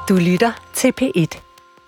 Du lytter til P1.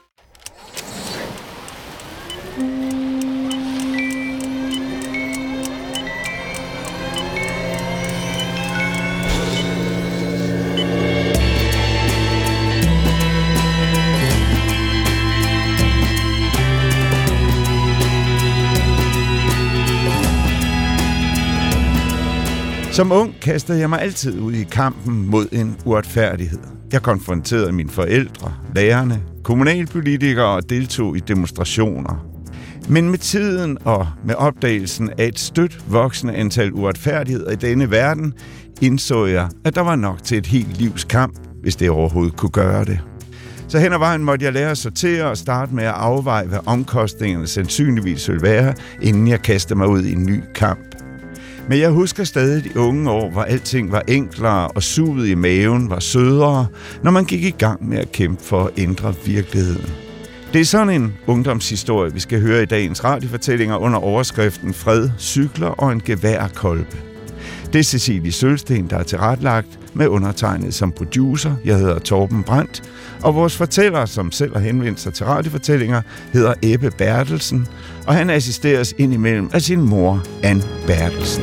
Som ung kastede jeg mig altid ud i kampen mod en uretfærdighed. Jeg konfronterede mine forældre, lærerne, kommunalpolitikere og deltog i demonstrationer. Men med tiden og med opdagelsen af et stødt voksende antal uretfærdigheder i denne verden, indså jeg, at der var nok til et helt livs kamp, hvis det overhovedet kunne gøre det. Så hen ad vejen måtte jeg lære at sortere og starte med at afveje, hvad omkostningerne sandsynligvis ville være, inden jeg kastede mig ud i en ny kamp. Men jeg husker stadig de unge år, hvor alting var enklere og suget i maven var sødere, når man gik i gang med at kæmpe for at ændre virkeligheden. Det er sådan en ungdomshistorie, vi skal høre i dagens radiofortællinger under overskriften Fred, cykler og en geværkolbe. Det er Cecilie Sølsten, der er tilrettelagt med undertegnet som producer. Jeg hedder Torben Brandt, og vores fortæller, som selv har henvendt sig til radiofortællinger, hedder Ebbe Bertelsen, og han assisteres indimellem af sin mor, Ann Bertelsen.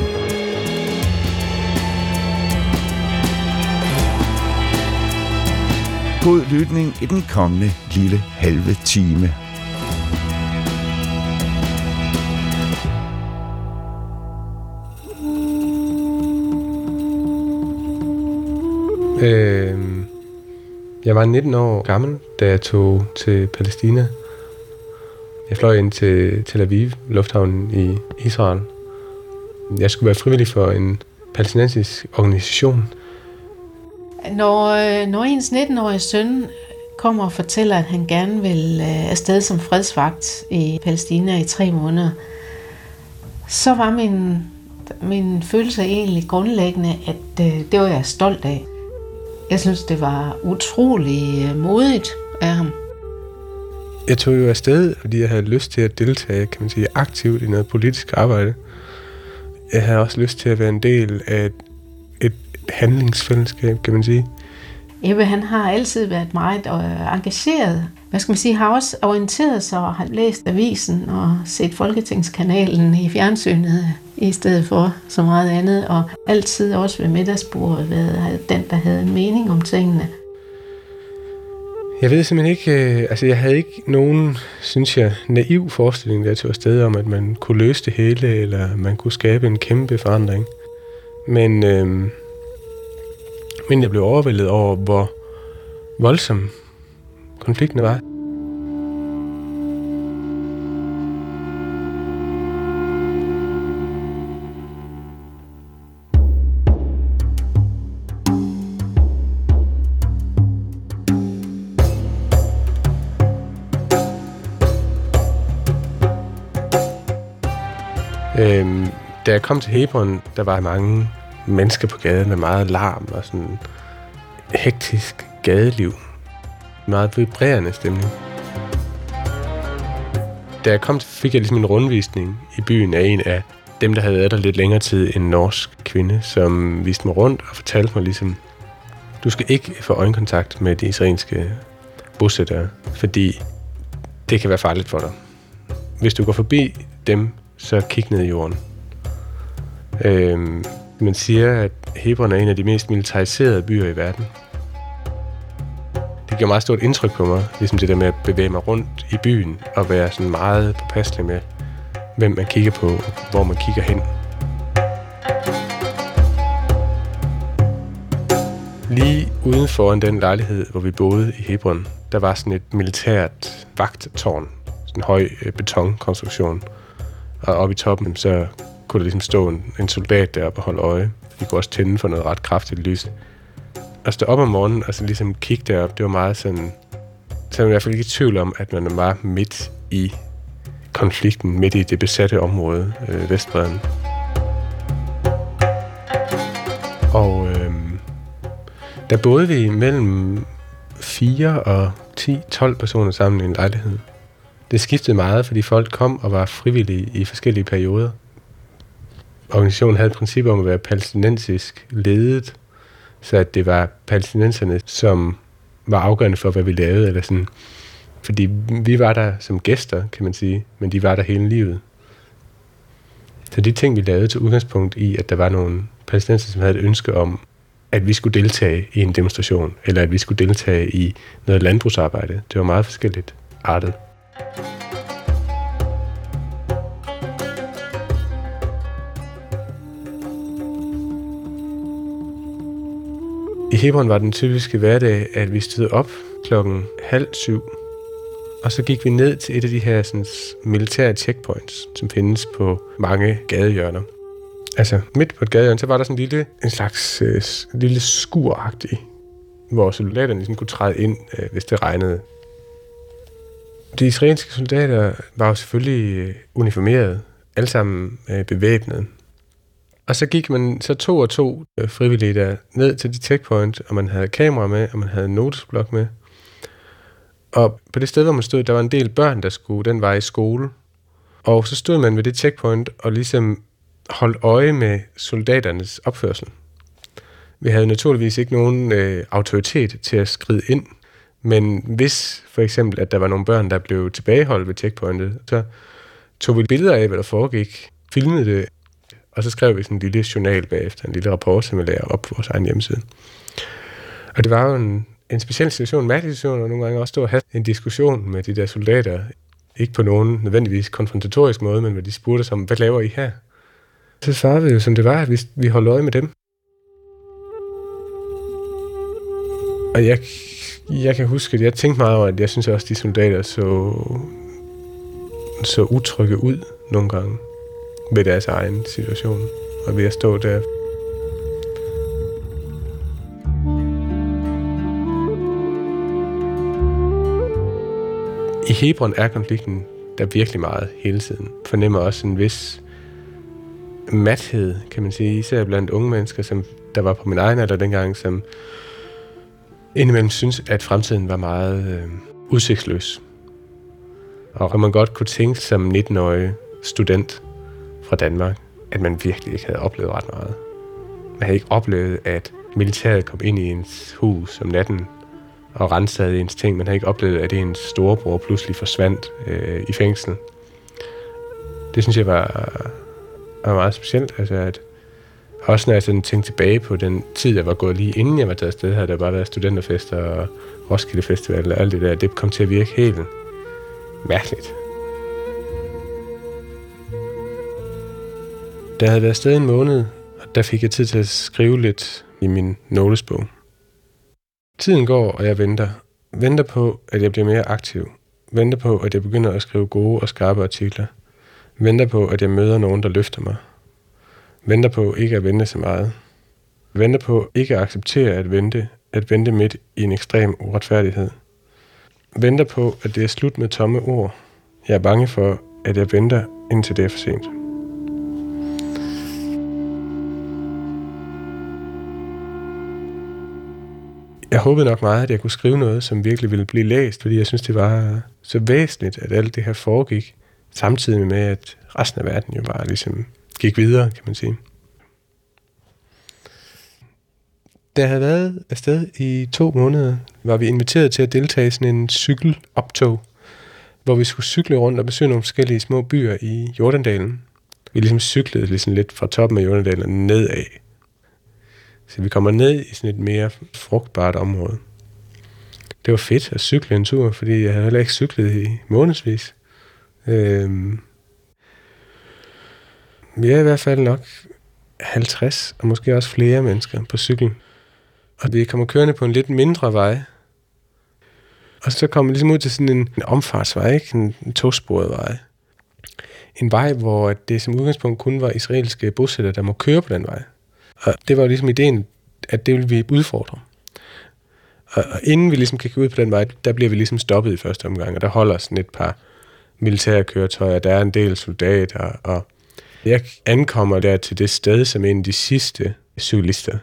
God lytning i den kommende lille halve time. Jeg var 19 år gammel, da jeg tog til Palæstina. Jeg fløj ind til Tel Aviv, lufthavnen i Israel. Jeg skulle være frivillig for en palæstinensisk organisation. Når ens 19-årige søn kommer og fortæller, at han gerne vil afsted som fredsvagt i Palæstina i 3 måneder, så var min følelse egentlig grundlæggende, at det var jeg stolt af. Jeg synes, det var utrolig modigt af ham. Jeg tog jo afsted, fordi jeg havde lyst til at deltage, kan man sige, aktivt i noget politisk arbejde. Jeg havde også lyst til at være en del af et handlingsfællesskab, kan man sige. Ebbe, han har altid været meget engageret. Har også orienteret sig og har læst avisen og set Folketingskanalen i fjernsynet i stedet for så meget andet. Og altid også ved middagsbordet været den, der havde en mening om tingene. Jeg ved simpelthen ikke, jeg havde ikke nogen, synes jeg, naiv forestilling, der tog afsted om, at man kunne løse det hele, eller man kunne skabe en kæmpe forandring. Men jeg blev overvældet over, hvor voldsom konflikten var. Da jeg kom til Hebron, der var mange mennesker på gaden med meget larm og sådan hektisk gadeliv. Meget vibrerende stemning. Da jeg kom, fik jeg ligesom en rundvisning i byen af en af dem, der havde været der lidt længere tid, en norsk kvinde, som viste mig rundt og fortalte mig ligesom, du skal ikke få øjenkontakt med de israelske bosættere, fordi det kan være farligt for dig. Hvis du går forbi dem, så kig ned i jorden. Man siger, at Hebron er en af de mest militariserede byer i verden. Det gjorde meget stort indtryk på mig, ligesom det der med at bevæge mig rundt i byen og være sådan meget påpasselig med, hvem man kigger på, og hvor man kigger hen. Lige uden foran den lejlighed, hvor vi boede i Hebron, der var sådan et militært vagttårn, sådan en høj betonkonstruktion. Og oppe i toppen, så kunne der ligesom stå en soldat deroppe og holde øje. De kunne også tænde for noget ret kraftigt lys. At stå op om morgenen og så ligesom kigge derop, det var meget sådan... Så er man i hvert fald ikke i tvivl om, at man var midt i konflikten, midt i det besatte område, Vestbredden. Og der boede vi mellem 4 og 10-12 personer sammen i en lejlighed. Det skiftede meget, fordi folk kom og var frivillige i forskellige perioder. Organisationen havde et princip om at være palæstinensisk ledet, så at det var palæstinenserne, som var afgørende for, hvad vi lavede, eller sådan. Fordi vi var der som gæster, kan man sige, men de var der hele livet. Så de ting, vi lavede til udgangspunkt i, at der var nogle palæstinenser, som havde et ønske om, at vi skulle deltage i en demonstration, eller at vi skulle deltage i noget landbrugsarbejde. Det var meget forskelligt artet. I Hebron var den typiske hverdag, at vi stod op 6:30, og så gik vi ned til et af de her sådan, militære checkpoints, som findes på mange gadehjørner. Altså midt på et gadehjørne, så var der sådan en slags lille skuragtig, hvor soldaterne ligesom kunne træde ind, hvis det regnede. De israelske soldater var jo selvfølgelig uniformeret, alle sammen bevæbnet. Og så gik man så 2 og 2 frivillige der ned til de checkpoint, og man havde kamera med, og man havde en notesblok med. Og på det sted, hvor man stod, der var en del børn, der skulle den vej i skole. Og så stod man ved det checkpoint og ligesom holdt øje med soldaternes opførsel. Vi havde naturligvis ikke nogen autoritet til at skride ind, men hvis for eksempel, at der var nogle børn, der blev tilbageholdt ved checkpointet, så tog vi billeder af, hvad der foregik, filmede det, og så skrev vi sådan en lille journal bagefter, en lille rapport, som vi lagde op på vores egen hjemmeside. Og det var jo en speciel situation, en mærkelig situation, og nogle gange også stå og have en diskussion med de der soldater. Ikke på nogen nødvendigvis konfrontatorisk måde, men hvor de spurgte os om, hvad laver I her? Så svarede vi jo, som det var, at vi holdt øje med dem. Og jeg kan huske, at jeg tænkte meget over, at jeg synes også, at de soldater så utrygge ud nogle gange ved deres egen situation, og ved at stå der. I Hebron er konflikten der virkelig meget hele tiden. Fornemmer også en vis mathed, kan man sige, især blandt unge mennesker, som der var på min egen alder dengang, som indimellem synes, at fremtiden var meget udsigtsløs. Og man godt kunne tænke som 19-årig student fra Danmark, at man virkelig ikke havde oplevet ret meget. Man havde ikke oplevet, at militæret kom ind i ens hus om natten og rensede ens ting. Man havde ikke oplevet, at ens storebror pludselig forsvandt i fængsel. Det synes jeg var meget specielt. Altså at også når jeg sådan tænkte tilbage på den tid, jeg var gået lige inden jeg var taget afsted, havde der bare været studenterfester og Roskilde Festival og alt det der. Det kom til at virke helt mærkeligt. Da jeg havde været afsted en måned, og der fik jeg tid til at skrive lidt i min notesbog. Tiden går, og jeg venter. Venter på, at jeg bliver mere aktiv. Venter på, at jeg begynder at skrive gode og skarpe artikler. Venter på, at jeg møder nogen, der løfter mig. Venter på ikke at vente så meget. Venter på ikke at acceptere at vente midt i en ekstrem uretfærdighed. Venter på, at det er slut med tomme ord. Jeg er bange for, at jeg venter, indtil det er for sent. Jeg håbede nok meget, at jeg kunne skrive noget, som virkelig ville blive læst, fordi jeg synes, det var så væsentligt, at alt det her foregik, samtidig med, at resten af verden jo bare ligesom gik videre, kan man sige. Da jeg havde været afsted i 2 måneder, var vi inviteret til at deltage i sådan en cykeloptog, hvor vi skulle cykle rundt og besøge nogle forskellige små byer i Jordandalen. Vi ligesom cyklede ligesom lidt fra toppen af Jordandalen nedad. Så vi kommer ned i sådan et mere frugtbart område. Det var fedt at cykle en tur, fordi jeg havde heller ikke cyklet i månedsvis. Vi er i hvert fald nok 50, og måske også flere mennesker på cykel. Og vi kommer kørende på en lidt mindre vej. Og så kommer vi ligesom ud til sådan en omfartsvej, ikke? En tosporet vej. En vej, hvor det som udgangspunkt kun var israelske bosættere, der må køre på den vej. Og det var ligesom ideen, at det ville vi udfordre. Og inden vi ligesom kan gå ud på den vej, der bliver vi ligesom stoppet i første omgang, og der holder sådan et par militære køretøjer, der er en del soldater, og jeg ankommer der til det sted som en af de sidste cyklister.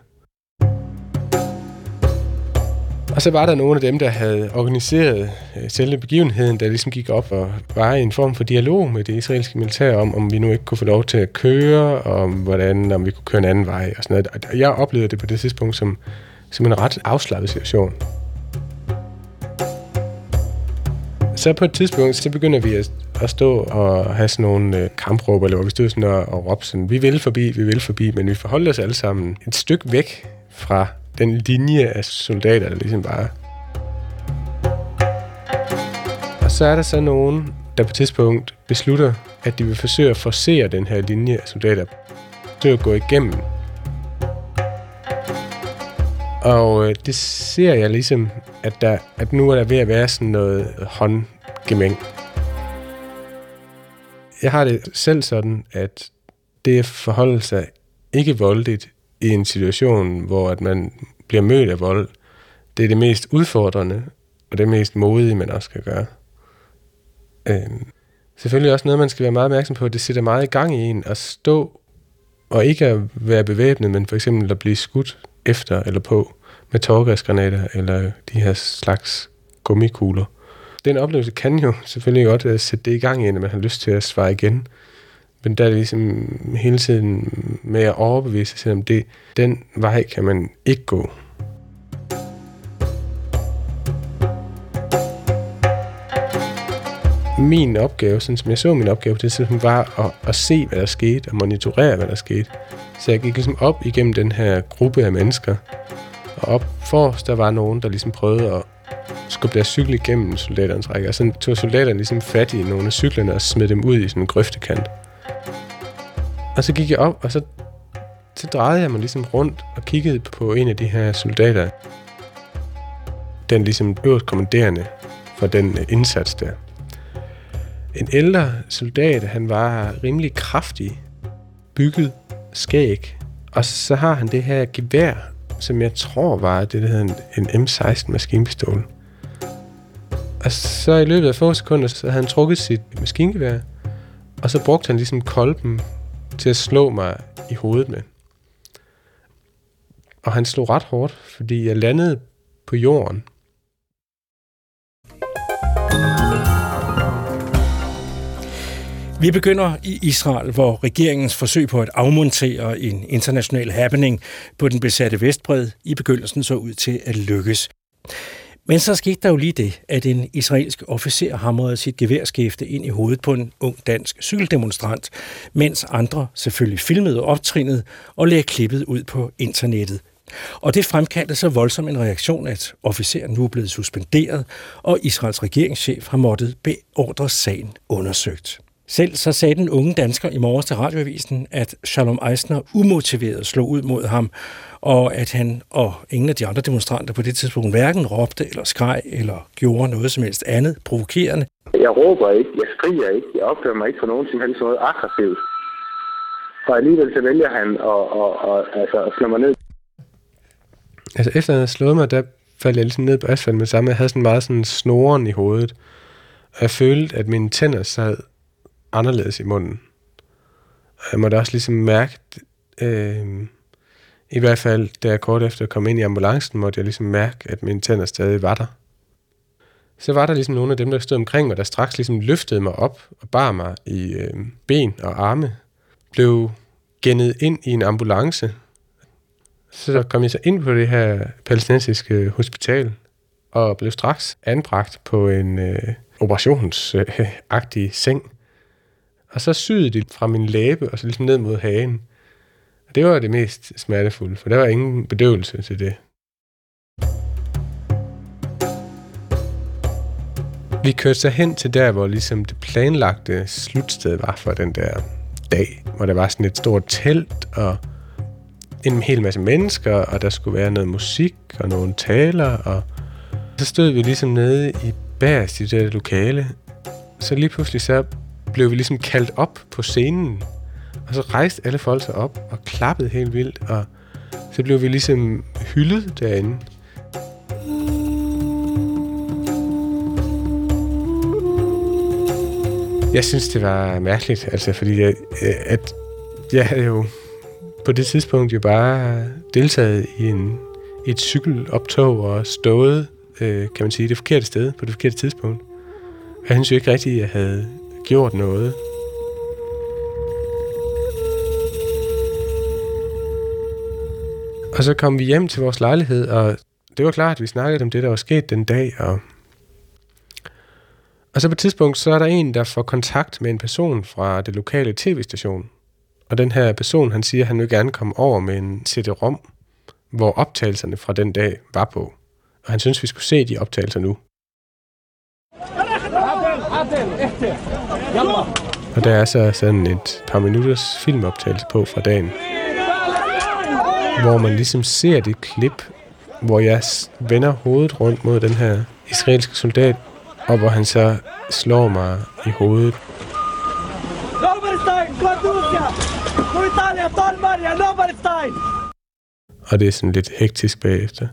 Og så var der nogle af dem, der havde organiseret selve begivenheden, der ligesom gik op og var i en form for dialog med det israelske militær om vi nu ikke kunne få lov til at køre, og om vi kunne køre en anden vej og sådan noget. Og jeg oplevede det på det tidspunkt som en ret afslappet situation. Så på et tidspunkt, så begynder vi at stå og have sådan nogle kampråb, eller hvor vi stod sådan og råbe sådan, vi vil forbi, men vi forholder os alle sammen et stykke væk fra den linje af soldater, der ligesom bare. Og så er der så nogen, der på et tidspunkt beslutter, at de vil forsøge at forcere den her linje af soldater. Forsøge at gå igennem. Og det ser jeg ligesom, at nu er der ved at være sådan noget håndgemæng. Jeg har det selv sådan, at det forholder sig ikke voldeligt i en situation, hvor at man bliver mødt af vold. Det er det mest udfordrende, og det mest modige, man også kan gøre. Selvfølgelig også noget, man skal være meget opmærksom på, at det sætter meget i gang i en at stå og ikke at være bevæbnet, men for eksempel at blive skudt efter eller på med tåregasgranater eller de her slags gummikugler. Den oplevelse kan jo selvfølgelig godt sætte det i gang i en, at man har lyst til at svare igen. Men der er det ligesom hele tiden med at overbevise sig om det. Den vej kan man ikke gå. Min opgave, sådan som jeg så min opgave, det simpelthen var at se, hvad der skete, og monitorere, hvad der skete. Så jeg gik ligesom op igennem den her gruppe af mennesker, og op forrest, der var nogen, der ligesom prøvede at skubbe deres cykel igennem soldaternes række, og så tog soldaterne ligesom fat i nogle af cyklerne og smed dem ud i sådan en grøftekant. Og så gik jeg op, og så drejede jeg mig ligesom rundt og kiggede på en af de her soldater. Den ligesom øverst kommanderende for den indsats der. En ældre soldat, han var rimelig kraftig, bygget, skæg, og så har han det her gevær, som jeg tror var det, der hedder en M16 maskinpistol. Og så i løbet af få sekunder, så havde han trukket sit maskingevær, og så brugte han ligesom kolben til at slå mig i hovedet med. Og han slog ret hårdt, fordi jeg landede på jorden. Vi begynder i Israel, hvor regeringens forsøg på at afmontere en international happening på den besatte Vestbred i begyndelsen så ud til at lykkes. Men så skete der jo lige det, at en israelsk officer hamrede sit geværskæfte ind i hovedet på en ung dansk cykeldemonstrant, mens andre selvfølgelig filmede optrinnet og lagde klippet ud på internettet. Og det fremkaldte så voldsom en reaktion, at officeren nu er blevet suspenderet, og Israels regeringschef har måttet beordre sagen undersøgt. Selv så sagde den unge dansker i morges til radioavisen, at Shalom Eisner umotiveret slog ud mod ham, og at han og ingen af de andre demonstranter på det tidspunkt hverken råbte eller skreg eller gjorde noget som helst andet provokerende. Jeg råber ikke, jeg skriger ikke, jeg opfører mig ikke for nogen som helst noget aggressivt. Og alligevel så vælger han at slå mig ned. Altså efter han havde slået mig, der faldt jeg ligesom ned på asfalten med samme. Jeg havde sådan meget sådan snoren i hovedet, og jeg følte, at mine tænder sad anderledes i munden. Og jeg måtte også ligesom mærke, i hvert fald da jeg kort efter kom ind i ambulancen, måtte jeg ligesom mærke, at mine tænder stadig var der. Så var der ligesom nogle af dem, der stod omkring mig, der straks ligesom løftede mig op og bar mig i ben og arme. Blev gennet ind i en ambulance. Så kom jeg så ind på det her palæstinensiske hospital, og blev straks anbragt på en operationsagtig seng. Og så syede de fra min læbe og så ligesom ned mod hagen. Og det var det mest smertefulde, for der var ingen bedøvelse til det. Vi kørte så hen til der, hvor ligesom det planlagte slutsted var for den der dag, hvor der var sådan et stort telt og en hel masse mennesker, og der skulle være noget musik og nogle taler, og så stod vi ligesom nede i bagerst i det der lokale. Så lige pludselig så blev vi ligesom kaldt op på scenen, og så rejste alle folk sig op og klappede helt vildt, og så blev vi ligesom hyldet derinde. Jeg synes, det var mærkeligt, altså fordi jeg havde jo på det tidspunkt jo bare deltaget i et cykeloptog og stået, kan man sige, det forkerte sted på det forkerte tidspunkt. Jeg synes jo ikke rigtigt, at jeg havde gjort noget. Og så kom vi hjem til vores lejlighed, og det var klart, at vi snakkede om det, der var sket den dag, Og så på et tidspunkt, så er der en, der får kontakt med en person fra det lokale tv-station. Og den her person, han siger, at han vil gerne komme over med en CD-ROM, hvor optagelserne fra den dag var på. Og han synes, vi skulle se de optagelser nu. Og der er så sådan et par minutters filmoptagelse på fra dagen, hvor man ligesom ser det klip, hvor jeg vender hovedet rundt mod den her israelske soldat, og hvor han så slår mig i hovedet. Og det er sådan lidt hektisk bagefter.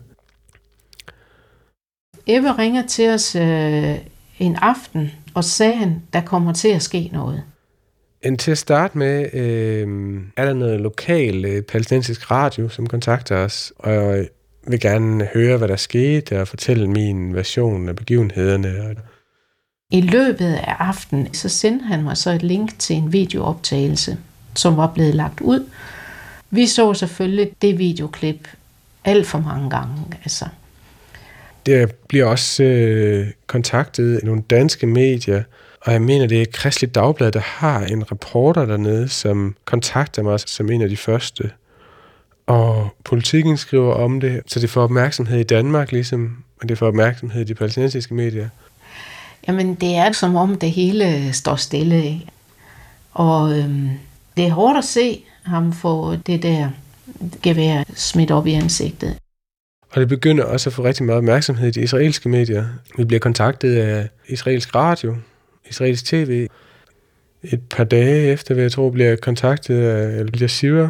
Ebbe ringer til os en aften, og sagde, der kommer til at ske noget. Til at starte med, er der noget lokal palæstinensisk radio, som kontakter os, og jeg vil gerne høre, hvad der skete, og fortælle min version af begivenhederne. I løbet af aftenen, så sendte han mig så et link til en videooptagelse, som var blevet lagt ud. Vi så selvfølgelig det videoklip alt for mange gange, altså. Der bliver også kontaktet i nogle danske medier, og jeg mener, det er Kristeligt Dagblad, der har en reporter dernede, som kontakter mig som en af de første. Og Politikken skriver om det, så det får opmærksomhed i Danmark, ligesom, og det får opmærksomhed i de palæstinensiske medier. Jamen, det er som om det hele står stille, ikke? Og det er hårdt at se ham få det der gevær smidt op i ansigtet. Og det begynder også at få rigtig meget opmærksomhed i de israelske medier. Vi bliver kontaktet af israelsk radio, israelsk tv. Et par dage efter, vil jeg tro, bliver jeg kontaktet af Al Jazeera.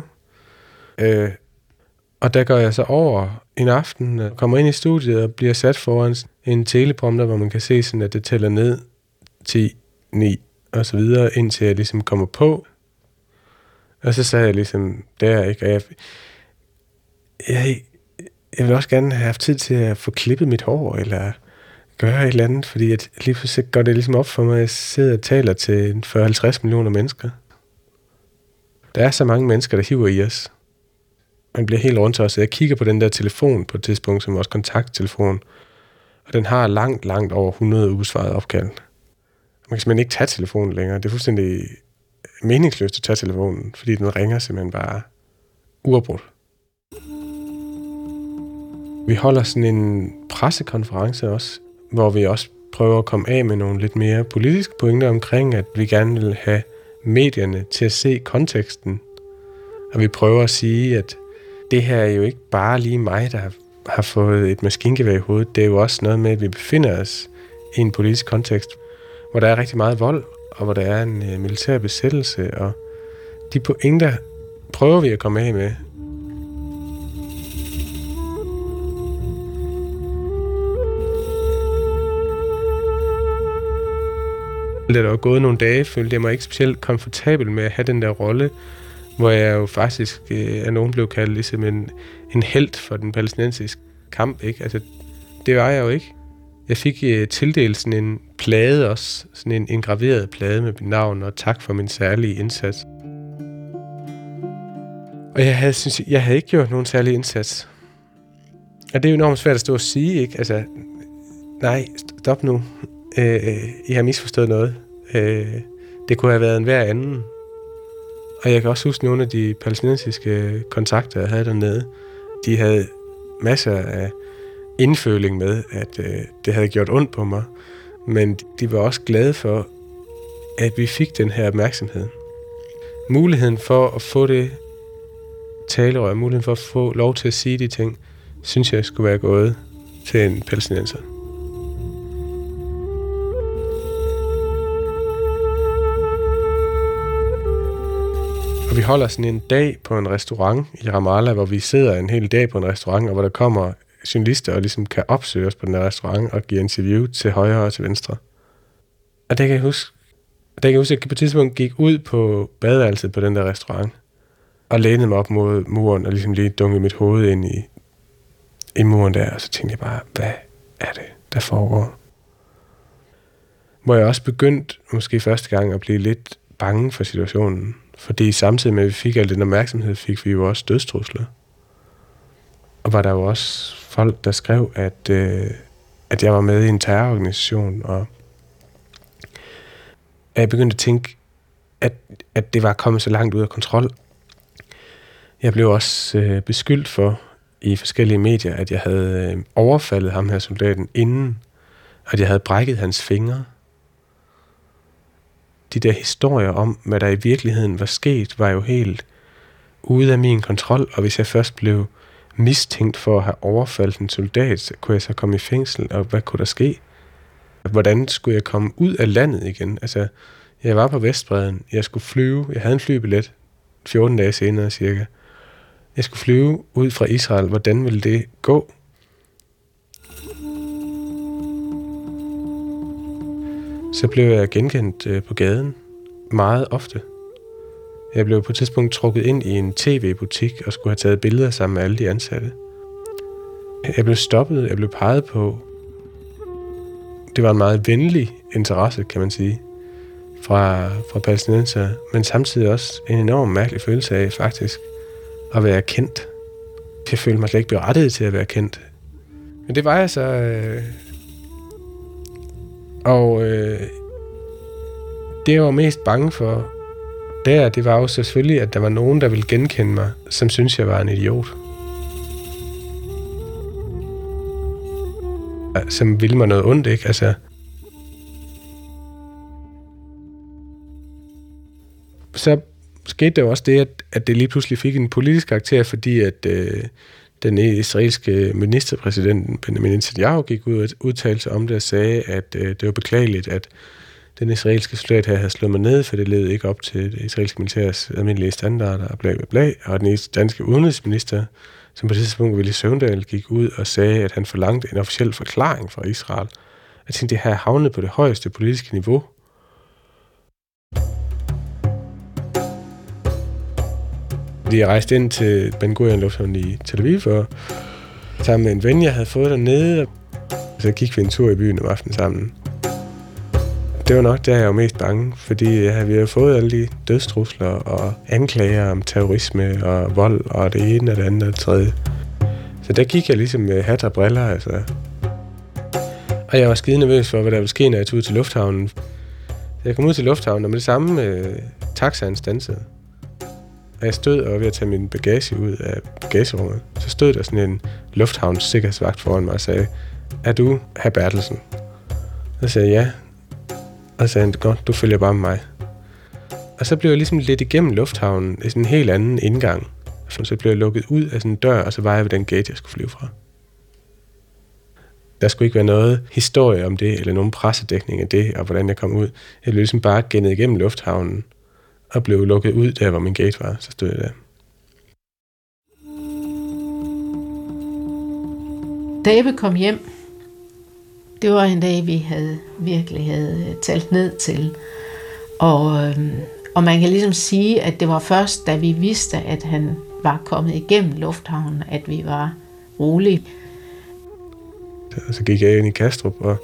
Og der går jeg så over en aften, og kommer ind i studiet og bliver sat foran en teleprompter, hvor man kan se sådan, at det tæller ned 10, 9 og så videre, indtil jeg ligesom kommer på. Og så sagde jeg ligesom, der ikke, og jeg vil også gerne have haft tid til at få klippet mit hår, eller gøre et eller andet, fordi at lige pludselig går det ligesom op for mig, at jeg sidder og taler til 40-50 millioner mennesker. Der er så mange mennesker, der hiver i os. Man bliver helt rundt til os. Jeg kigger på den der telefon på et tidspunkt, som vores kontakttelefon, og den har langt over 100 ubesvarede opkald. Man kan simpelthen ikke tage telefonen længere. Det er fuldstændig meningsløst at tage telefonen, fordi den ringer simpelthen bare uafbrudt. Vi holder sådan en pressekonference også, hvor vi også prøver at komme af med nogle lidt mere politiske pointer omkring, at vi gerne vil have medierne til at se konteksten. Og vi prøver at sige, at det her er jo ikke bare lige mig, der har fået et maskingevær i hovedet. Det er jo også noget med, at vi befinder os i en politisk kontekst, hvor der er rigtig meget vold, og hvor der er en militær besættelse, og de pointer prøver vi at komme af med. Der var gået nogle dage, følte jeg mig ikke specielt komfortabel med at have den der rolle, hvor jeg jo faktisk af nogen blev kaldt ligesom en helt for den palæstinensiske kamp, ikke? Altså, det var jeg jo ikke. Jeg fik tildelt sådan en plade også, sådan en engraveret plade med mit navn, og tak for min særlige indsats. Og jeg havde ikke gjort nogen særlig indsats. Og det er jo enormt svært at stå og sige, ikke? Altså, nej, stop nu. I har misforstået noget. Det kunne have været en hver anden. Og jeg kan også huske nogle af de palæstinensiske kontakter, jeg havde dernede. De havde masser af indføling med, at det havde gjort ondt på mig. Men de var også glade for, at vi fik den her opmærksomhed. Muligheden for at få det talerør, muligheden for at få lov til at sige de ting, synes jeg skulle være gået til en palæstinenser. Og vi holder sådan en dag på en restaurant i Ramallah, hvor vi sidder en hel dag på en restaurant, og hvor der kommer journalister og ligesom kan opsøge os på den her restaurant og give interview til højre og til venstre. Og det kan jeg huske, at jeg på et tidspunkt gik ud på badeværelset på den der restaurant, og lænede mig op mod muren og ligesom lige dunkede mit hoved ind i muren der, og så tænkte jeg bare, hvad er det, der foregår? Hvor jeg også begyndte, måske første gang, at blive lidt bange for situationen. Fordi samtidig med, at vi fik al den opmærksomhed, fik vi jo også dødstrusler. Og var der jo også folk, der skrev, at jeg var med i en terrororganisation, og at jeg begyndte at tænke, at det var kommet så langt ud af kontrol. Jeg blev også beskyldt for i forskellige medier, at jeg havde overfaldet ham her soldaten inden, at jeg havde brækket hans fingre. De der historier om, hvad der i virkeligheden var sket, var jo helt ude af min kontrol, og hvis jeg først blev mistænkt for at have overfaldet en soldat, så kunne jeg så komme i fængsel, og hvad kunne der ske? Hvordan skulle jeg komme ud af landet igen? Altså, jeg var på Vestbredden, jeg skulle flyve, jeg havde en flybillet 14 dage senere cirka. Jeg skulle flyve ud fra Israel, hvordan ville det gå? Så blev jeg genkendt på gaden meget ofte. Jeg blev på et tidspunkt trukket ind i en tv-butik og skulle have taget billeder sammen med alle de ansatte. Jeg blev stoppet, jeg blev peget på. Det var en meget venlig interesse, kan man sige, fra palæstinenser, men samtidig også en enorm mærkelig følelse af faktisk at være kendt. Jeg følte mig slet ikke berettiget til at være kendt. Men det var jeg så. Det jeg var mest bange for det var jo selvfølgelig, at der var nogen, der ville genkende mig, som synes jeg var en idiot. Som ville mig noget ondt, ikke? Altså. Så skete der jo også det, at det lige pludselig fik en politisk karakter, fordi at den israelske ministerpræsident Benjamin Netanyahu gik ud og udtalte sig om det og sagde, at det var beklageligt, at den israelske soldat her havde slået mig ned, for det levede ikke op til det israelske militærs almindelige standarder og bla bla bla. Og den danske udenrigsminister, som på det tidspunkt Villy Søvndal, gik ud og sagde, at han forlangte en officiel forklaring fra Israel. Jeg tænkte, det her havnet på det højeste politiske niveau. Jeg rejste ind til Ben Gurion Lufthavn i Tel Aviv og sammen med en ven, jeg havde fået dernede. Så gik vi en tur i byen om aftenen sammen. Det var nok der, jeg var mest bange, fordi vi havde fået alle de dødstrusler og anklager om terrorisme og vold og det ene og det andet og det tredje. Så der gik jeg ligesom med hat og briller, altså. Og jeg var skide nervøs for, hvad der ville ske, når jeg tog ud til lufthavnen. Jeg kom ud til lufthavnen, og med det samme taxaen standsede. Og jeg stod og var ved at tage min bagage ud af bagagerummet. Så stod der sådan en lufthavns sikkerhedsvagt foran mig og sagde, er du hr. Bertelsen? Så sagde jeg ja. Og så sagde han, godt, du følger bare med mig. Og så blev jeg ligesom lidt igennem lufthavnen i sådan en helt anden indgang. Så blev jeg lukket ud af sådan en dør, og så var jeg ved den gate, jeg skulle flyve fra. Der skulle ikke være noget historie om det, eller nogen pressedækning af det, og hvordan jeg kom ud. Jeg blev ligesom bare gennet igennem lufthavnen, og blev lukket ud der, hvor min gate var. Så stod jeg der. Da Ebbe kom hjem, det var en dag, vi virkelig havde talt ned til. Og man kan ligesom sige, at det var først, da vi vidste, at han var kommet igennem lufthavnen, at vi var rolige. Så gik jeg ind i Kastrup og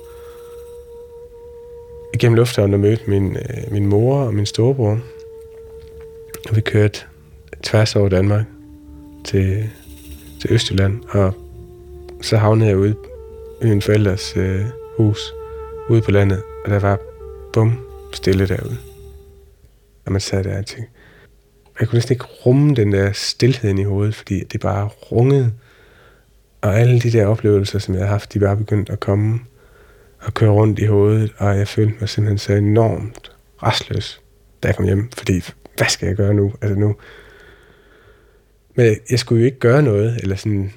igennem lufthavnen og mødte min mor og min storebror. Og vi kørte tværs over Danmark til Østjylland, og så havnede jeg ude i min forældres hus ude på landet, og der var stille derude. Og man sad der og tænkte, jeg kunne næsten ikke rumme den der stilheden i hovedet, fordi det bare rungede. Og alle de der oplevelser, som jeg havde haft, de var begyndt at komme og køre rundt i hovedet, og jeg følte mig simpelthen så enormt rastløs, da jeg kom hjem, fordi hvad skal jeg gøre nu? Altså nu. Men jeg skulle jo ikke gøre noget, eller sådan.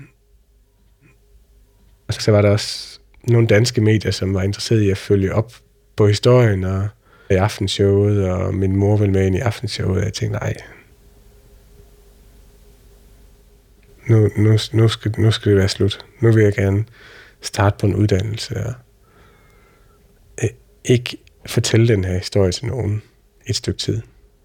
Og så var der også nogle danske medier, som var interesseret i at følge op på historien, og i Aftenshowet, og min mor ville med ind i Aftenshowet, og jeg tænkte, nej. Nu skal det være slut. Nu vil jeg gerne starte på en uddannelse, og ikke fortælle den her historie til nogen et stykke tid.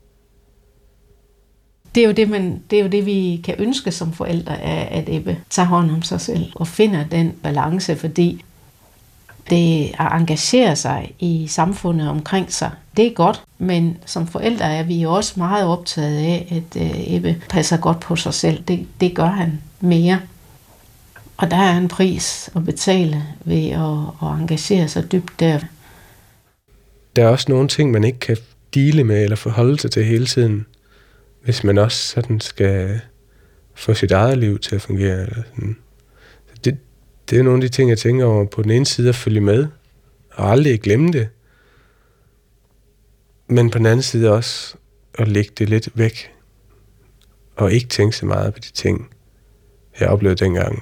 Det er jo det, vi kan ønske som forældre, at Ebbe tager hånd om sig selv og finder den balance, fordi det at engagere sig i samfundet omkring sig, det er godt, men som forældre er vi jo også meget optaget af, at Ebbe passer godt på sig selv. Det gør han mere. Og der er en pris at betale ved at engagere sig dybt der. der er også nogle ting, man ikke kan deale med eller forholde sig til hele tiden, hvis man også sådan skal få sit eget liv til at fungere. Eller sådan. Det er nogle af de ting, jeg tænker over. På den ene side at følge med, og aldrig glemme det. Men på den anden side også at lægge det lidt væk, og ikke tænke så meget på de ting, jeg oplevede dengang.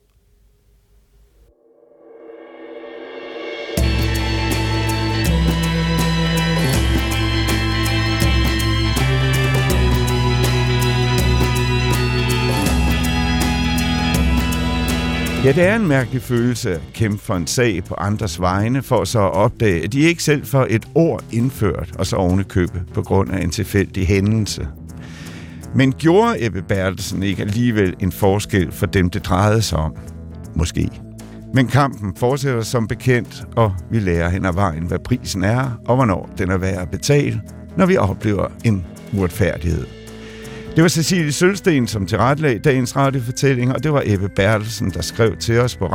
Ja, det er en mærkelig følelse at kæmpe for en sag på andres vegne, for så at opdage, at de ikke selv får et ord indført, og så ovenikøbet på grund af en tilfældig hændelse. Men gjorde Ebbe Bertelsen ikke alligevel en forskel for dem, det drejede sig om? Måske. Men kampen fortsætter som bekendt, og vi lærer hen ad vejen, hvad prisen er, og hvornår den er værd at betale, når vi oplever en uretfærdighed. Det var Cecilie Sølsten, som tilrettelagde dagens radiofortælling, og det var Ebbe Bertelsen, der skrev til os på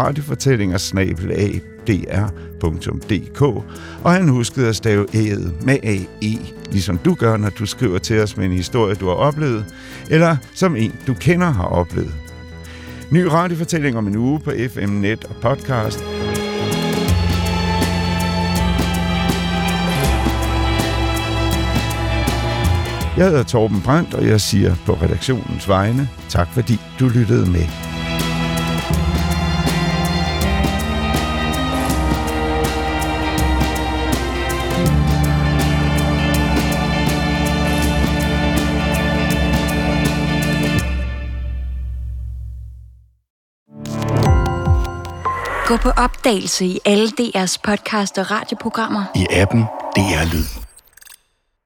radiofortællinger@dr.dk, og han huskede at stave æget med AE, ligesom du gør, når du skriver til os med en historie, du har oplevet, eller som en, du kender, har oplevet. Ny radiofortælling om en uge på FM Net og podcast. Jeg hedder Torben Brandt, og jeg siger på redaktionens vegne, tak fordi du lyttede med. Gå på opdagelse i alle DR's podcast og radioprogrammer. I appen DR Lyd.